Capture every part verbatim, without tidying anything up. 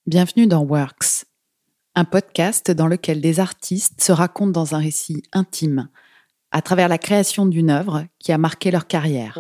Bienvenue dans Works, un podcast dans lequel des artistes se racontent dans un récit intime, à travers la création d'une œuvre qui a marqué leur carrière.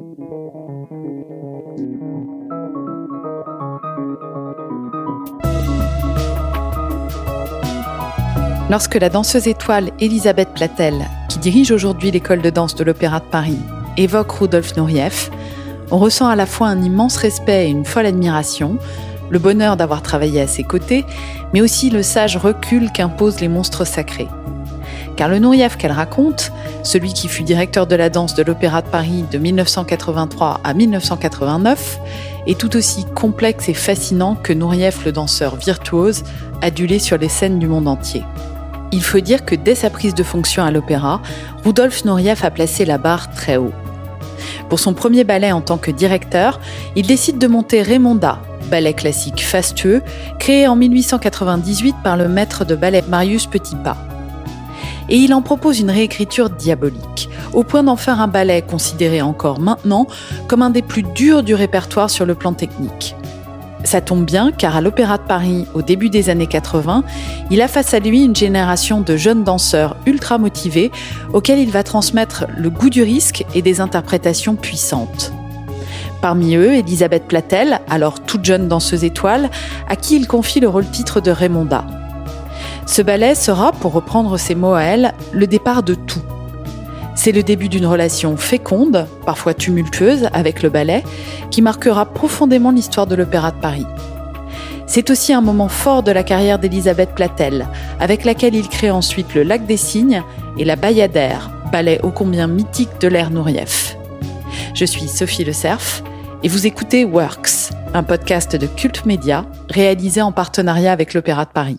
Lorsque la danseuse étoile Elisabeth Platel, qui dirige aujourd'hui l'école de danse de l'Opéra de Paris, évoque Rudolf Nureyev, on ressent à la fois un immense respect et une folle admiration, le bonheur d'avoir travaillé à ses côtés, mais aussi le sage recul qu'imposent les monstres sacrés. Car le Nureyev qu'elle raconte, celui qui fut directeur de la danse de l'Opéra de Paris de dix-neuf cent quatre-vingt-trois à dix-neuf cent quatre-vingt-neuf, est tout aussi complexe et fascinant que Nureyev le danseur virtuose, adulé sur les scènes du monde entier. Il faut dire que dès sa prise de fonction à l'opéra, Rudolf Nureyev a placé la barre très haut. Pour son premier ballet en tant que directeur, il décide de monter Raymonda, ballet classique fastueux, créé en dix-huit cent quatre-vingt-dix-huit par le maître de ballet Marius Petipa. Et il en propose une réécriture diabolique, au point d'en faire un ballet considéré encore maintenant comme un des plus durs du répertoire sur le plan technique. Ça tombe bien, car à l'Opéra de Paris, au début des années quatre-vingts, il a face à lui une génération de jeunes danseurs ultra motivés auxquels il va transmettre le goût du risque et des interprétations puissantes. Parmi eux, Elisabeth Platel, alors toute jeune danseuse étoile, à qui il confie le rôle-titre de Raymonda. Ce ballet sera, pour reprendre ses mots à elle, le départ de tout. C'est le début d'une relation féconde, parfois tumultueuse, avec le ballet, qui marquera profondément l'histoire de l'Opéra de Paris. C'est aussi un moment fort de la carrière d'Elisabeth Platel, avec laquelle il crée ensuite le Lac des Cygnes et la Bayadère, ballet ô combien mythique de l'ère Nureyev. Je suis Sophie Le Cerf, et vous écoutez Works, un podcast de Cult Média, réalisé en partenariat avec l'Opéra de Paris.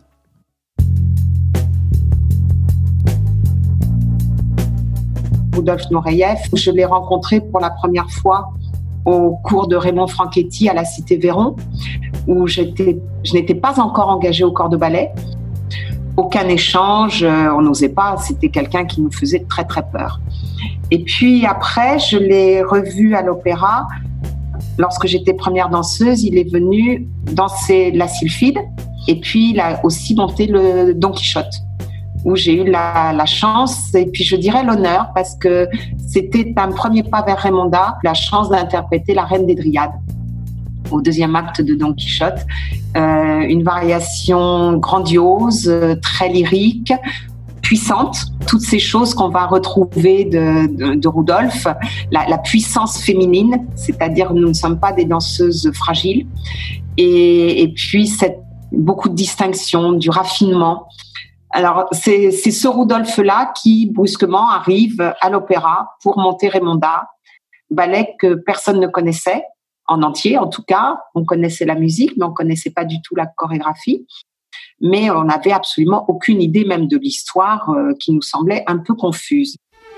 Rudolf Nureyev, je l'ai rencontré pour la première fois au cours de Raymond Franchetti à la Cité Véron, où j'étais, je n'étais pas encore engagée au corps de ballet. Aucun échange, on n'osait pas, c'était quelqu'un qui nous faisait très très peur. Et puis après, je l'ai revu à l'opéra. Lorsque j'étais première danseuse, il est venu danser la Sylphide, et puis il a aussi monté le Don Quichotte, où j'ai eu la, la chance, et puis je dirais l'honneur, parce que c'était un premier pas vers Raymonda, la chance d'interpréter la Reine des Dryades au deuxième acte de Don Quichotte. Euh, une variation grandiose, très lyrique, puissante, toutes ces choses qu'on va retrouver de, de, de Rudolf, la, la puissance féminine, c'est-à-dire nous ne sommes pas des danseuses fragiles, et, et puis cette, beaucoup de distinction, du raffinement. Alors, c'est, c'est ce Rudolf-là qui, brusquement, arrive à l'opéra pour monter Raymonda, ballet que personne ne connaissait, en entier en tout cas. On connaissait la musique, mais on ne connaissait pas du tout la chorégraphie. Mais on n'avait absolument aucune idée même de l'histoire euh, qui nous semblait un peu confuse.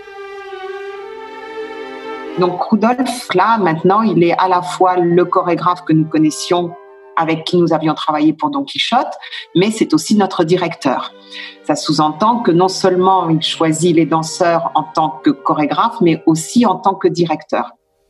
Donc, Rudolf, là, maintenant, il est à la fois le chorégraphe que nous connaissions, avec qui nous avions travaillé pour Don Quichotte, mais c'est aussi notre directeur. Ça sous-entend que non seulement il choisit les danseurs en tant que chorégraphe, mais aussi en tant que directeur.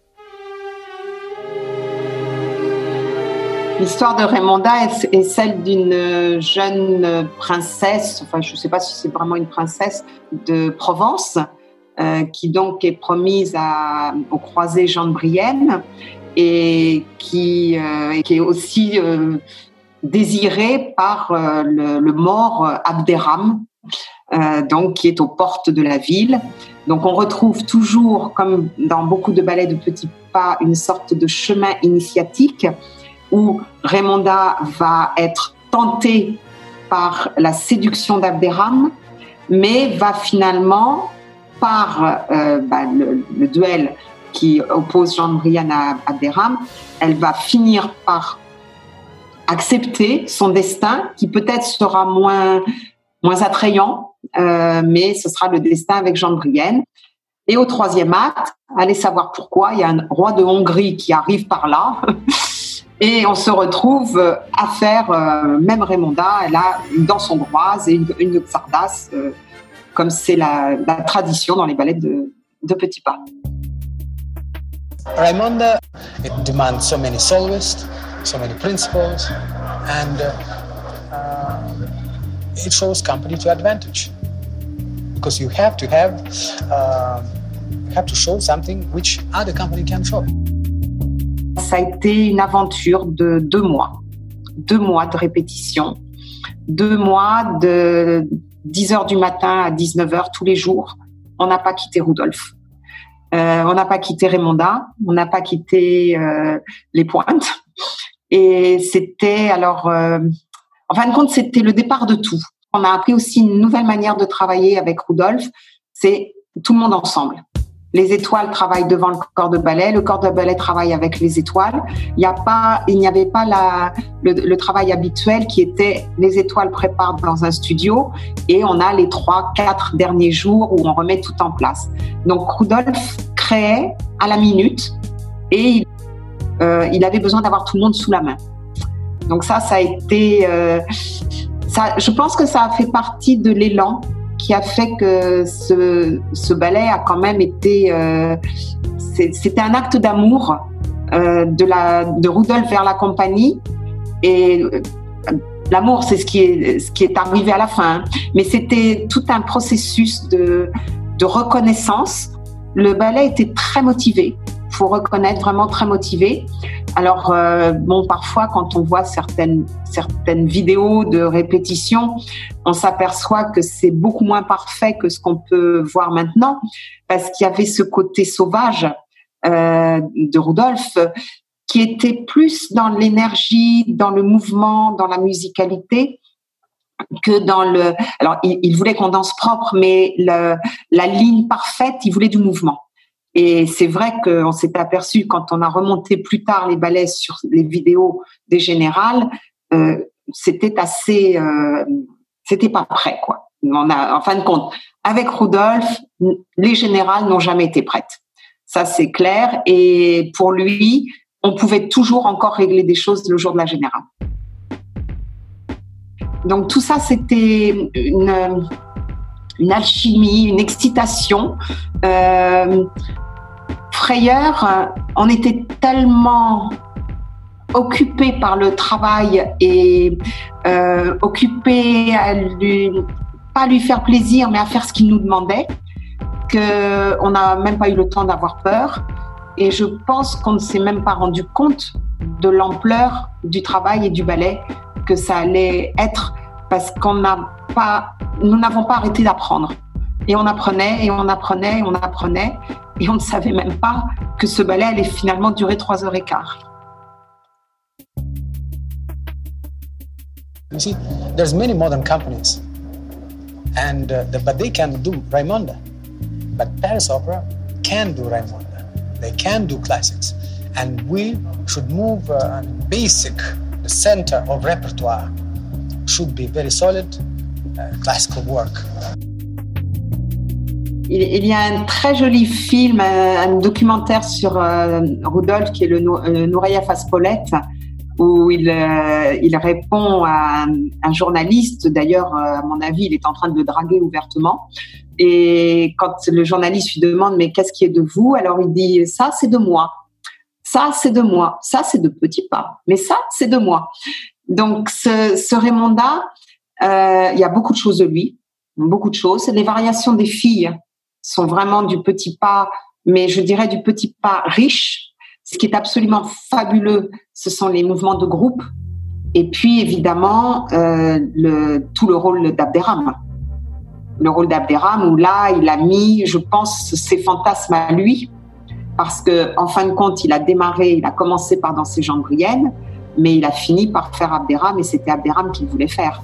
L'histoire de Raymonda est celle d'une jeune princesse, enfin je ne sais pas si c'est vraiment une princesse, de Provence, euh, qui donc est promise à, au croisé Jean de Brienne, et qui, euh, qui est aussi euh, désiré par euh, le, le mort Abderrame, euh, donc qui est aux portes de la ville. Donc on retrouve toujours, comme dans beaucoup de ballets de petits pas, une sorte de chemin initiatique où Raymonda va être tentée par la séduction d'Abderrame, mais va finalement, par euh, bah, le, le duel qui oppose Jean de Brienne à Abderrame, elle va finir par accepter son destin, qui peut-être sera moins, moins attrayant, euh, mais ce sera le destin avec Jean de Brienne. Et au troisième acte, allez savoir pourquoi, il y a un roi de Hongrie qui arrive par là, et on se retrouve à faire, euh, même Raymonda, elle a une danse hongroise et une, une sardasse, euh, comme c'est la, la tradition dans les ballets de, de petits pas. Raymonda, it demands so many soloists, so many principals, and uh, uh, it shows company to advantage because you have to have uh, you have to show something which other company can show. Ça a été une aventure de deux mois, deux mois de répétition, deux mois de dix heures du matin à dix-neuf heures tous les jours. On n'a pas quitté Rudolf. Euh, on n'a pas quitté Raymonda, on n'a pas quitté euh, les pointes. Et c'était alors, euh, en fin de compte, c'était le départ de tout. On a appris aussi une nouvelle manière de travailler avec Rudolf, c'est tout le monde ensemble. Les étoiles travaillent devant le corps de ballet, le corps de ballet travaille avec les étoiles. Il n'y a pas, il n'y avait pas la, le, le travail habituel qui était les étoiles préparent dans un studio et on a les trois, quatre derniers jours où on remet tout en place. Donc Rudolf créait à la minute et il, euh, il avait besoin d'avoir tout le monde sous la main. Donc ça, ça a été, euh, ça, je pense que ça a fait partie de l'élan qui a fait que ce, ce ballet a quand même été, euh, c'est, c'était un acte d'amour euh, de, la, de Rudolf vers la compagnie. Et euh, l'amour, c'est ce qui est, ce qui est arrivé à la fin. Hein. Mais c'était tout un processus de, de reconnaissance. Le ballet était très motivé. Il faut reconnaître, vraiment très motivé. Alors, euh, bon, parfois, quand on voit certaines, certaines vidéos de répétition, on s'aperçoit que c'est beaucoup moins parfait que ce qu'on peut voir maintenant, parce qu'il y avait ce côté sauvage euh, de Rudolf qui était plus dans l'énergie, dans le mouvement, dans la musicalité, que dans le... Alors, il, il voulait qu'on danse propre, mais le, la ligne parfaite, il voulait du mouvement. Et c'est vrai qu'on s'est aperçu quand on a remonté plus tard les ballets sur les vidéos des générales, euh, c'était assez, euh, c'était pas prêt, quoi. On a, en fin de compte, avec Rudolf, les générales n'ont jamais été prêtes. Ça, c'est clair. Et pour lui, on pouvait toujours encore régler des choses le jour de la générale. Donc tout ça, c'était une, une alchimie, une excitation. Euh, Frayeur, on était tellement occupés par le travail et euh, occupés à lui, pas à lui faire plaisir, mais à faire ce qu'il nous demandait, qu'on n'a même pas eu le temps d'avoir peur. Et je pense qu'on ne s'est même pas rendu compte de l'ampleur du travail et du ballet que ça allait être, parce qu'on n'a pas, nous n'avons pas arrêté d'apprendre. Et on apprenait, et on apprenait, et on apprenait, et on ne savait même pas que ce ballet allait finalement durer trois heures et quart. You see, there's many modern companies, and uh, the, but they can do Raymonda, but Paris Opera can do Raymonda. They can do classics, and we should move uh, basic, the center of repertoire should be very solid uh, classical work. Il y a un très joli film, un documentaire sur euh, Rudolf qui est le euh, Nureyev à Spolète, où il, euh, il répond à un, un journaliste. D'ailleurs, euh, à mon avis, il est en train de le draguer ouvertement. Et quand le journaliste lui demande « Mais qu'est-ce qui est de vous ?» Alors il dit « Ça, c'est de moi. Ça, c'est de moi. Ça, c'est de petits pas. Mais ça, c'est de moi. » Donc, ce, ce Raymonda, euh, il y a beaucoup de choses de lui, beaucoup de choses. Les variations des filles sont vraiment du petit pas, mais je dirais du petit pas riche. Ce qui est absolument fabuleux, ce sont les mouvements de groupe. Et puis, évidemment, euh, le, tout le rôle d'Abderrahmane. Le rôle d'Abderrahmane, où là, il a mis, je pense, ses fantasmes à lui. Parce que, en fin de compte, il a démarré, il a commencé par danser Jean Brienne, mais il a fini par faire Abderrahmane, et c'était Abderrahmane qu'il voulait faire.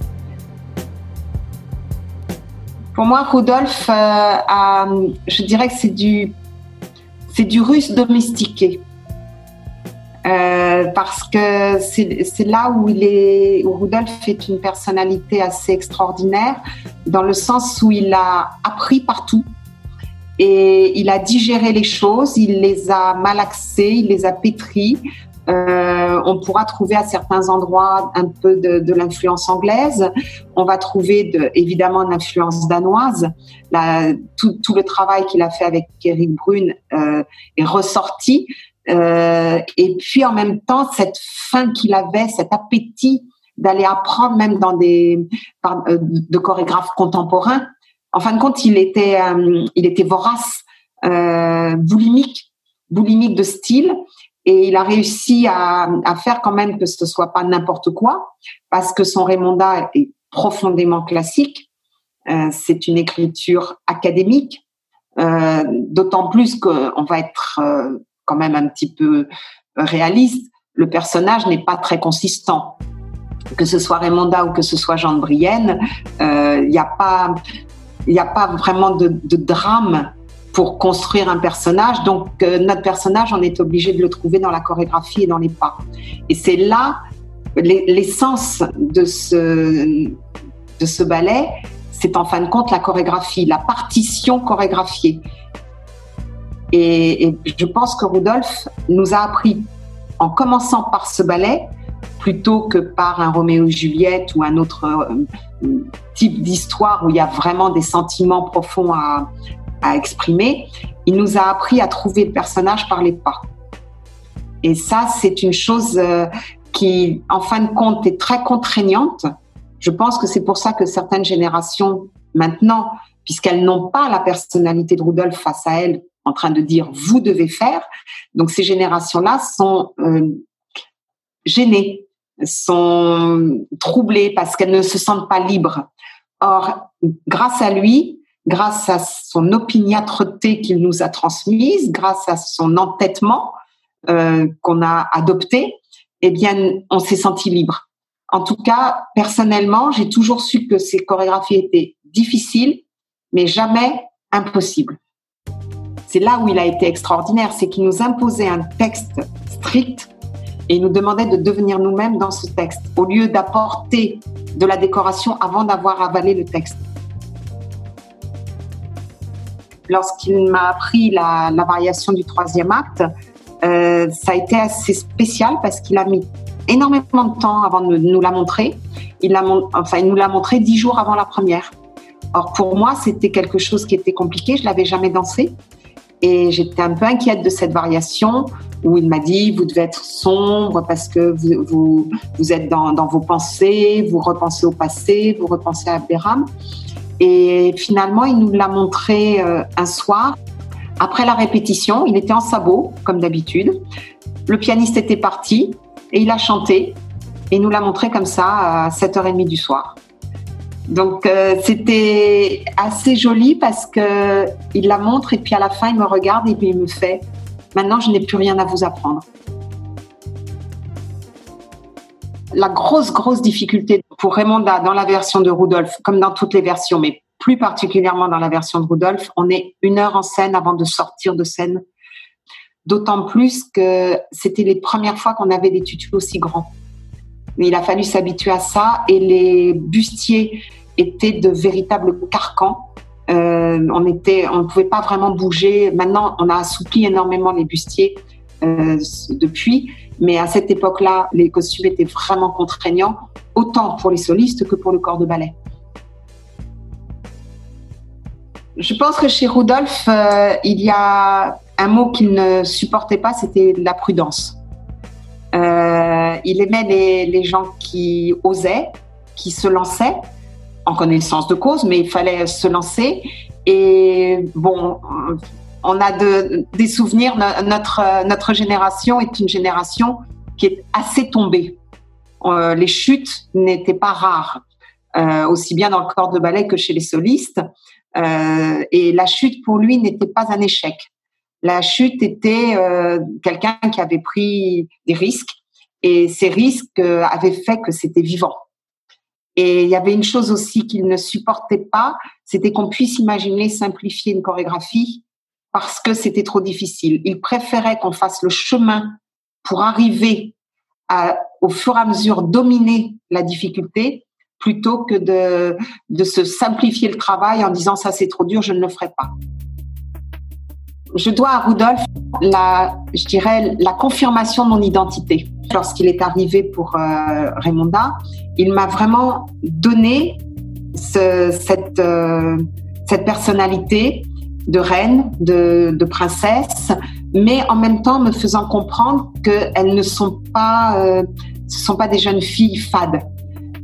Pour moi, Rudolf, euh, a, je dirais que c'est du, c'est du russe domestiqué. Euh, parce que c'est, c'est là où il est, où Rudolf est une personnalité assez extraordinaire, dans le sens où il a appris partout et il a digéré les choses, il les a malaxées, il les a pétries. Euh, on pourra trouver à certains endroits un peu de, de l'influence anglaise. On va trouver de, évidemment une influence danoise. La, tout, tout le travail qu'il a fait avec Erik Bruhn euh, est ressorti. Euh, et puis en même temps, cette faim qu'il avait, cet appétit d'aller apprendre même dans des par, euh, de chorégraphes contemporains. En fin de compte, il était, euh, il était vorace, euh, boulimique, boulimique de style, et il a réussi à, à faire quand même que ce soit pas n'importe quoi, parce que son Raymonda est profondément classique. Euh, c'est une écriture académique, euh, d'autant plus qu'on va être euh, quand même un petit peu réaliste. Le personnage n'est pas très consistant. Que ce soit Raymonda ou que ce soit Jean de Brienne, il euh, n'y a pas, il n'y a pas vraiment de, de drame pour construire un personnage. Donc, euh, notre personnage, on est obligé de le trouver dans la chorégraphie et dans les pas. Et c'est là l'essence de ce, de ce ballet, c'est en fin de compte la chorégraphie, la partition chorégraphiée. Et, et je pense que Rudolf nous a appris, en commençant par ce ballet, plutôt que par un Roméo et Juliette ou un autre euh, type d'histoire où il y a vraiment des sentiments profonds à, à exprimer, il nous a appris à trouver le personnage par les pas. Et ça, c'est une chose euh, qui, en fin de compte, est très contraignante. Je pense que c'est pour ça que certaines générations, maintenant, puisqu'elles n'ont pas la personnalité de Rudolf face à elles, en train de dire « vous devez faire », donc ces générations-là sont euh, gênées, sont troublées parce qu'elles ne se sentent pas libres. Or, grâce à lui, grâce à son opiniâtreté qu'il nous a transmise, grâce à son entêtement euh, qu'on a adopté, eh bien, on s'est senti libre. En tout cas, personnellement, j'ai toujours su que ces chorégraphies étaient difficiles, mais jamais impossibles. C'est là où il a été extraordinaire, c'est qu'il nous imposait un texte strict et il nous demandait de devenir nous-mêmes dans ce texte, au lieu d'apporter de la décoration avant d'avoir avalé le texte. Lorsqu'il m'a appris la, la variation du troisième acte, euh, ça a été assez spécial parce qu'il a mis énormément de temps avant de nous la montrer. Il, a, enfin, il nous l'a montré dix jours avant la première. Or, pour moi, c'était quelque chose qui était compliqué. Je l'avais jamais dansé. Et j'étais un peu inquiète de cette variation où il m'a dit « vous devez être sombre parce que vous, vous, vous êtes dans, dans vos pensées, vous repensez au passé, vous repensez à Abderrame ». Et finalement, il nous l'a montré euh, un soir. Après la répétition, il était en sabot, comme d'habitude. Le pianiste était parti et il a chanté. Et il nous l'a montré comme ça à sept heures trente du soir. Donc, euh, c'était assez joli parce que il la montre et puis à la fin, il me regarde et puis il me fait « Maintenant, je n'ai plus rien à vous apprendre ». La grosse, grosse difficulté pour Raymonda dans la version de Rudolf, comme dans toutes les versions, mais plus particulièrement dans la version de Rudolf, on est une heure en scène avant de sortir de scène. D'autant plus que c'était les premières fois qu'on avait des tutus aussi grands. Mais il a fallu s'habituer à ça et les bustiers étaient de véritables carcans. Euh, on était, on ne pouvait pas vraiment bouger. Maintenant, on a assoupli énormément les bustiers euh, depuis, mais à cette époque-là, les costumes étaient vraiment contraignants, autant pour les solistes que pour le corps de ballet. Je pense que chez Rudolf, euh, il y a un mot qu'il ne supportait pas, c'était la prudence. Euh, il aimait les, les gens qui osaient, qui se lançaient, en connaissance de cause, mais il fallait se lancer. Et bon, on a de, des souvenirs. Notre, notre génération est une génération qui est assez tombée. Euh, les chutes n'étaient pas rares, euh, aussi bien dans le corps de ballet que chez les solistes. Euh, et la chute, pour lui, n'était pas un échec. La chute était euh, quelqu'un qui avait pris des risques et ces risques euh, avaient fait que c'était vivant. Et il y avait une chose aussi qu'il ne supportait pas, c'était qu'on puisse imaginer simplifier une chorégraphie parce que c'était trop difficile. Il préférait qu'on fasse le chemin pour arriver à, au fur et à mesure, dominer la difficulté plutôt que de, de se simplifier le travail en disant « ça c'est trop dur, je ne le ferai pas ». Je dois à Rudolf, la, je dirais, la confirmation de mon identité. Lorsqu'il est arrivé pour euh, Raymonda, il m'a vraiment donné ce, cette, euh, cette personnalité de reine, de, de princesse, mais en même temps me faisant comprendre qu'elles ne sont pas, euh, ce sont pas des jeunes filles fades.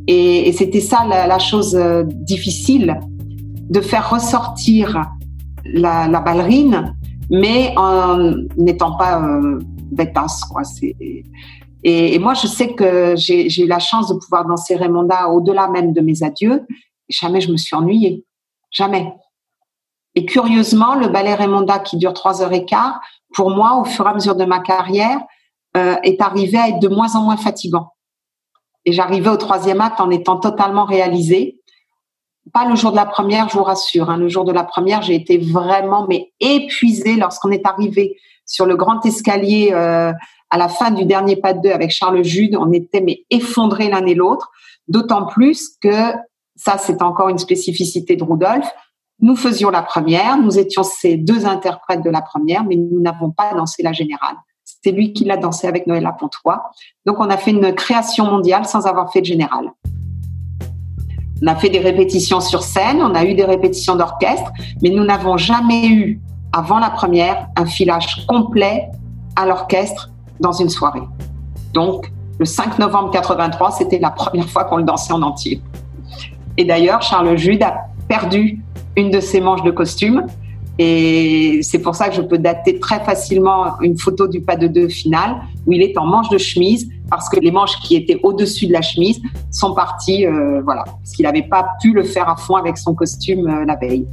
Et, et c'était ça la, la chose euh, difficile, de faire ressortir la, la ballerine, mais en n'étant pas euh, bêtasse, quoi. C'est, et, et moi, je sais que j'ai, j'ai eu la chance de pouvoir danser Raymonda au-delà même de mes adieux. Jamais je me suis ennuyée. Jamais. Et curieusement, le ballet Raymonda, qui dure trois heures et quart, pour moi, au fur et à mesure de ma carrière, euh, est arrivé à être de moins en moins fatigant. Et j'arrivais au troisième acte en étant totalement réalisée. Pas le jour de la première, je vous rassure. Hein, le jour de la première, j'ai été vraiment mais épuisée lorsqu'on est arrivé sur le grand escalier euh, à la fin du dernier pas de deux avec Charles Jude. On était mais effondrés l'un et l'autre. D'autant plus que, ça c'est encore une spécificité de Rudolf, nous faisions la première, nous étions ces deux interprètes de la première, mais nous n'avons pas dansé la générale. C'est lui qui l'a dansé avec Noëlla Pontois. Donc on a fait une création mondiale sans avoir fait de générale. On a fait des répétitions sur scène, on a eu des répétitions d'orchestre, mais nous n'avons jamais eu, avant la première, un filage complet à l'orchestre dans une soirée. Donc, le cinq novembre quatre-vingt-trois, c'était la première fois qu'on le dansait en entier. Et d'ailleurs, Charles Jude a perdu une de ses manches de costume, et c'est pour ça que je peux dater très facilement une photo du pas de deux final, où il est en manche de chemise, parce que les manches qui étaient au-dessus de la chemise sont parties, euh, voilà, parce qu'il n'avait pas pu le faire à fond avec son costume euh, la veille.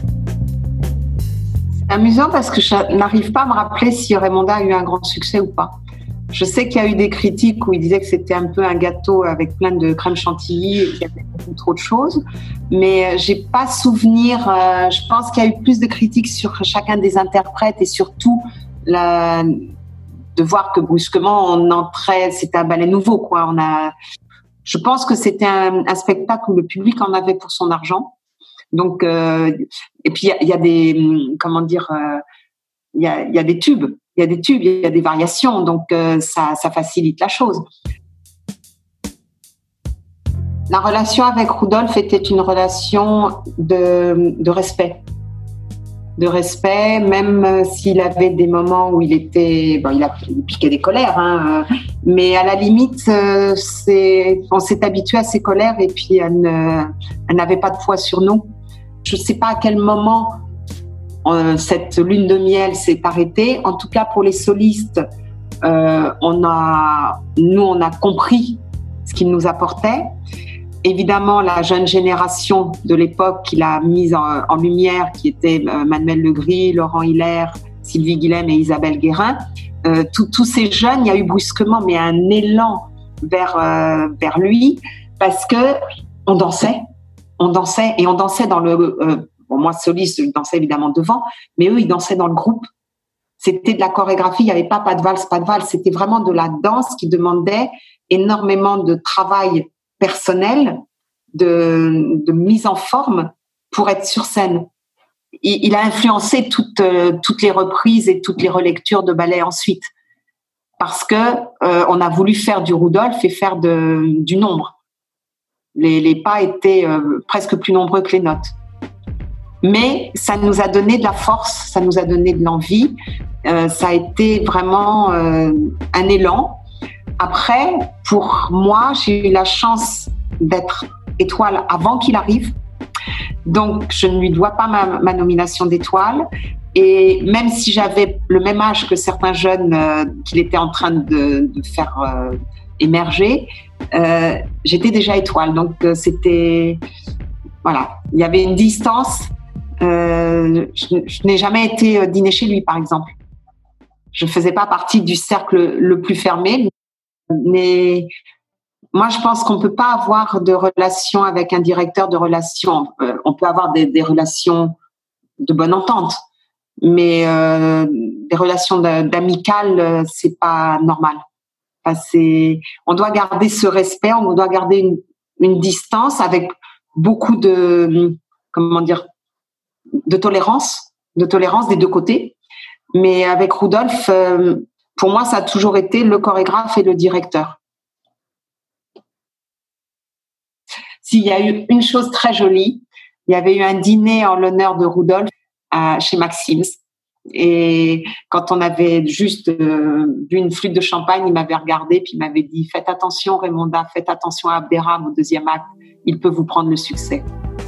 C'est amusant parce que je n'arrive pas à me rappeler si Raymonda a eu un grand succès ou pas. Je sais qu'il y a eu des critiques où ils disaient que c'était un peu un gâteau avec plein de crème chantilly et qu'il y avait beaucoup trop de choses, mais j'ai pas souvenir. Euh, je pense qu'il y a eu plus de critiques sur chacun des interprètes et surtout la, de voir que brusquement on entrait, c'était un ballet nouveau, quoi. On a, je pense que c'était un, un spectacle où le public en avait pour son argent. Donc, euh, et puis il y, y a des, comment dire, il euh, y, a, y a des tubes. Il y a des tubes, il y a des variations, donc euh, ça, ça facilite la chose. La relation avec Rudolf était une relation de, de respect. De respect, même s'il avait des moments où il était... Bon, il, a, il piquait des colères, hein, mais à la limite, euh, c'est, on s'est habitué à ses colères et puis elle, ne, elle n'avait pas de poids sur nous. Je ne sais pas à quel moment... cette lune de miel s'est arrêtée. En tout cas, pour les solistes, euh, on a, nous, on a compris ce qu'il nous apportait. Évidemment, la jeune génération de l'époque qu'il a mise en, en lumière, qui était euh, Manuel Legris, Laurent Hiller, Sylvie Guilhem et Isabelle Guérin, euh, tous ces jeunes, il y a eu brusquement mais un élan vers, euh, vers lui parce que on dansait, on dansait et on dansait dans le... Euh, Bon, moi, soliste, je dansais évidemment devant, mais eux, ils dansaient dans le groupe. C'était de la chorégraphie, il n'y avait pas pas de valse, pas de valse. C'était vraiment de la danse qui demandait énormément de travail personnel, de, de mise en forme pour être sur scène. Il, il a influencé toutes, euh, toutes les reprises et toutes les relectures de ballet ensuite, parce que euh, on a voulu faire du Rudolf et faire de, du nombre. Les, les pas étaient euh, presque plus nombreux que les notes. Mais ça nous a donné de la force, ça nous a donné de l'envie. Euh, ça a été vraiment euh, un élan. Après, pour moi, j'ai eu la chance d'être étoile avant qu'il arrive. Donc, je ne lui dois pas ma, ma nomination d'étoile. Et même si j'avais le même âge que certains jeunes euh, qu'il était en train de, de faire euh, émerger, euh, j'étais déjà étoile. Donc, euh, c'était... Voilà, il y avait une distance. Euh, je, je n'ai jamais été dîner chez lui, par exemple. Je ne faisais pas partie du cercle le plus fermé, mais moi, je pense qu'on ne peut pas avoir de relation avec un directeur de relations. Euh, on peut avoir des, des relations de bonne entente, mais euh, des relations d'amicales, c'est pas normal. Enfin, c'est, on doit garder ce respect, on doit garder une, une distance avec beaucoup de, comment dire, de tolérance, de tolérance des deux côtés. Mais avec Rudolf, euh, pour moi, ça a toujours été le chorégraphe et le directeur. S'il y a eu une chose très jolie, il y avait eu un dîner en l'honneur de Rudolf à, chez Maxim's. Et quand on avait juste euh, bu une flûte de champagne, il m'avait regardé puis il m'avait dit « Faites attention Raymonda, faites attention à Abderrahmane au deuxième acte, il peut vous prendre le succès. »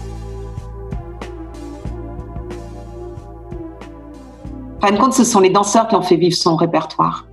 En fin de compte, ce sont les danseurs qui ont fait vivre son répertoire.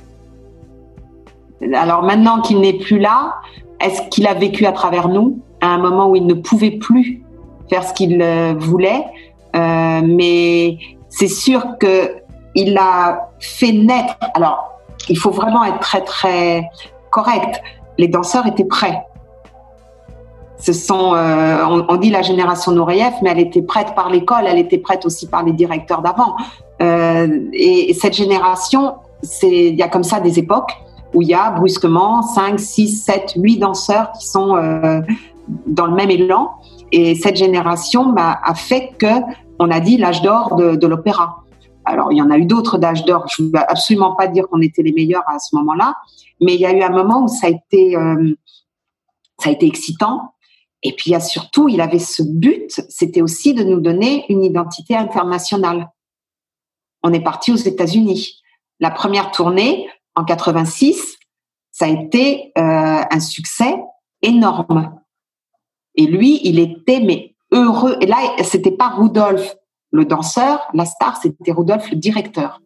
Alors maintenant qu'il n'est plus là, est-ce qu'il a vécu à travers nous à un moment où il ne pouvait plus faire ce qu'il euh, voulait, euh, mais c'est sûr qu'il a fait naître. Alors, il faut vraiment être très, très correct. Les danseurs étaient prêts. Ce sont, euh, on, on dit la génération Nureyev, mais elle était prête par l'école, elle était prête aussi par les directeurs d'avant. Euh, et, et cette génération, c'est, il y a comme ça des époques où il y a brusquement cinq, six, sept, huit danseurs qui sont euh, dans le même élan. Et cette génération bah, a fait que on a dit l'âge d'or de, de l'opéra. Alors, il y en a eu d'autres d'âge d'or. Je ne veux absolument pas dire qu'on était les meilleurs à ce moment-là, mais il y a eu un moment où ça a été, euh, ça a été excitant. Et puis, il y a surtout, il avait ce but, c'était aussi de nous donner une identité internationale. On est parti aux États-Unis. La première tournée, en quatre-vingt-six, ça a été euh, un succès énorme. Et lui, il était mais heureux. Et là, c'était pas Rudolf, le danseur, la star, c'était Rudolf, le directeur.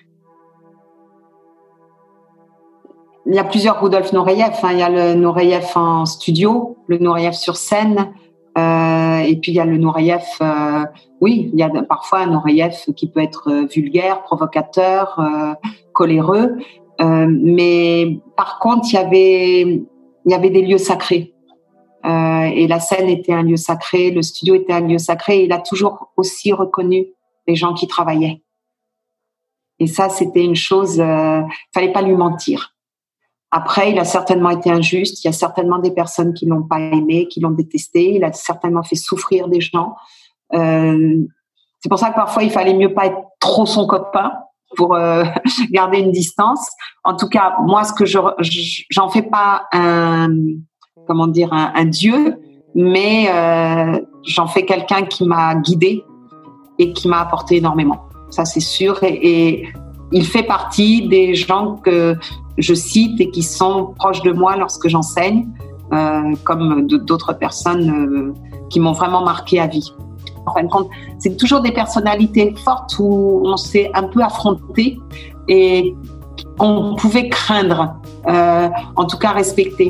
Il y a plusieurs Rudolf Nureyev. Hein. Il y a le Nureyev en studio, le Nureyev sur scène, euh, et puis il y a le Nureyev. Euh, oui, il y a parfois un Nureyev qui peut être vulgaire, provocateur, euh, coléreux. Euh, mais par contre, il y avait, il y avait des lieux sacrés. Euh, et la scène était un lieu sacré, le studio était un lieu sacré. Et il a toujours aussi reconnu les gens qui travaillaient. Et ça, c'était une chose. Euh, fallait pas lui mentir. Après, il a certainement été injuste. Il y a certainement des personnes qui l'ont pas aimé, qui l'ont détesté. Il a certainement fait souffrir des gens. Euh, c'est pour ça que parfois, il fallait mieux pas être trop son copain pour euh, garder une distance. En tout cas, moi, ce que je, j'en fais pas un, comment dire, un, un dieu, mais euh, j'en fais quelqu'un qui m'a guidée et qui m'a apporté énormément. Ça, c'est sûr. Et, et il fait partie des gens que je cite et qui sont proches de moi lorsque j'enseigne, euh, comme d'autres personnes euh, qui m'ont vraiment marqué à vie. En fin de compte, c'est toujours des personnalités fortes où on s'est un peu affronté et on pouvait craindre, euh, en tout cas respecter.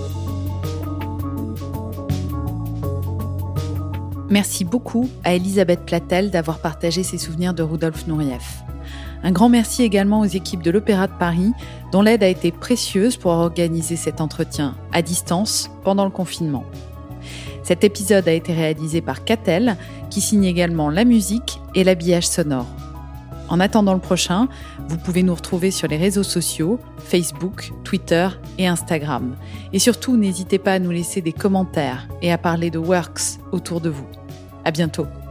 Merci beaucoup à Elisabeth Platel d'avoir partagé ses souvenirs de Rudolf Nureyev. Un grand merci également aux équipes de l'Opéra de Paris, dont l'aide a été précieuse pour organiser cet entretien à distance pendant le confinement. Cet épisode a été réalisé par Catel, qui signe également la musique et l'habillage sonore. En attendant le prochain, vous pouvez nous retrouver sur les réseaux sociaux, Facebook, Twitter et Instagram. Et surtout, n'hésitez pas à nous laisser des commentaires et à parler de Works autour de vous. À bientôt.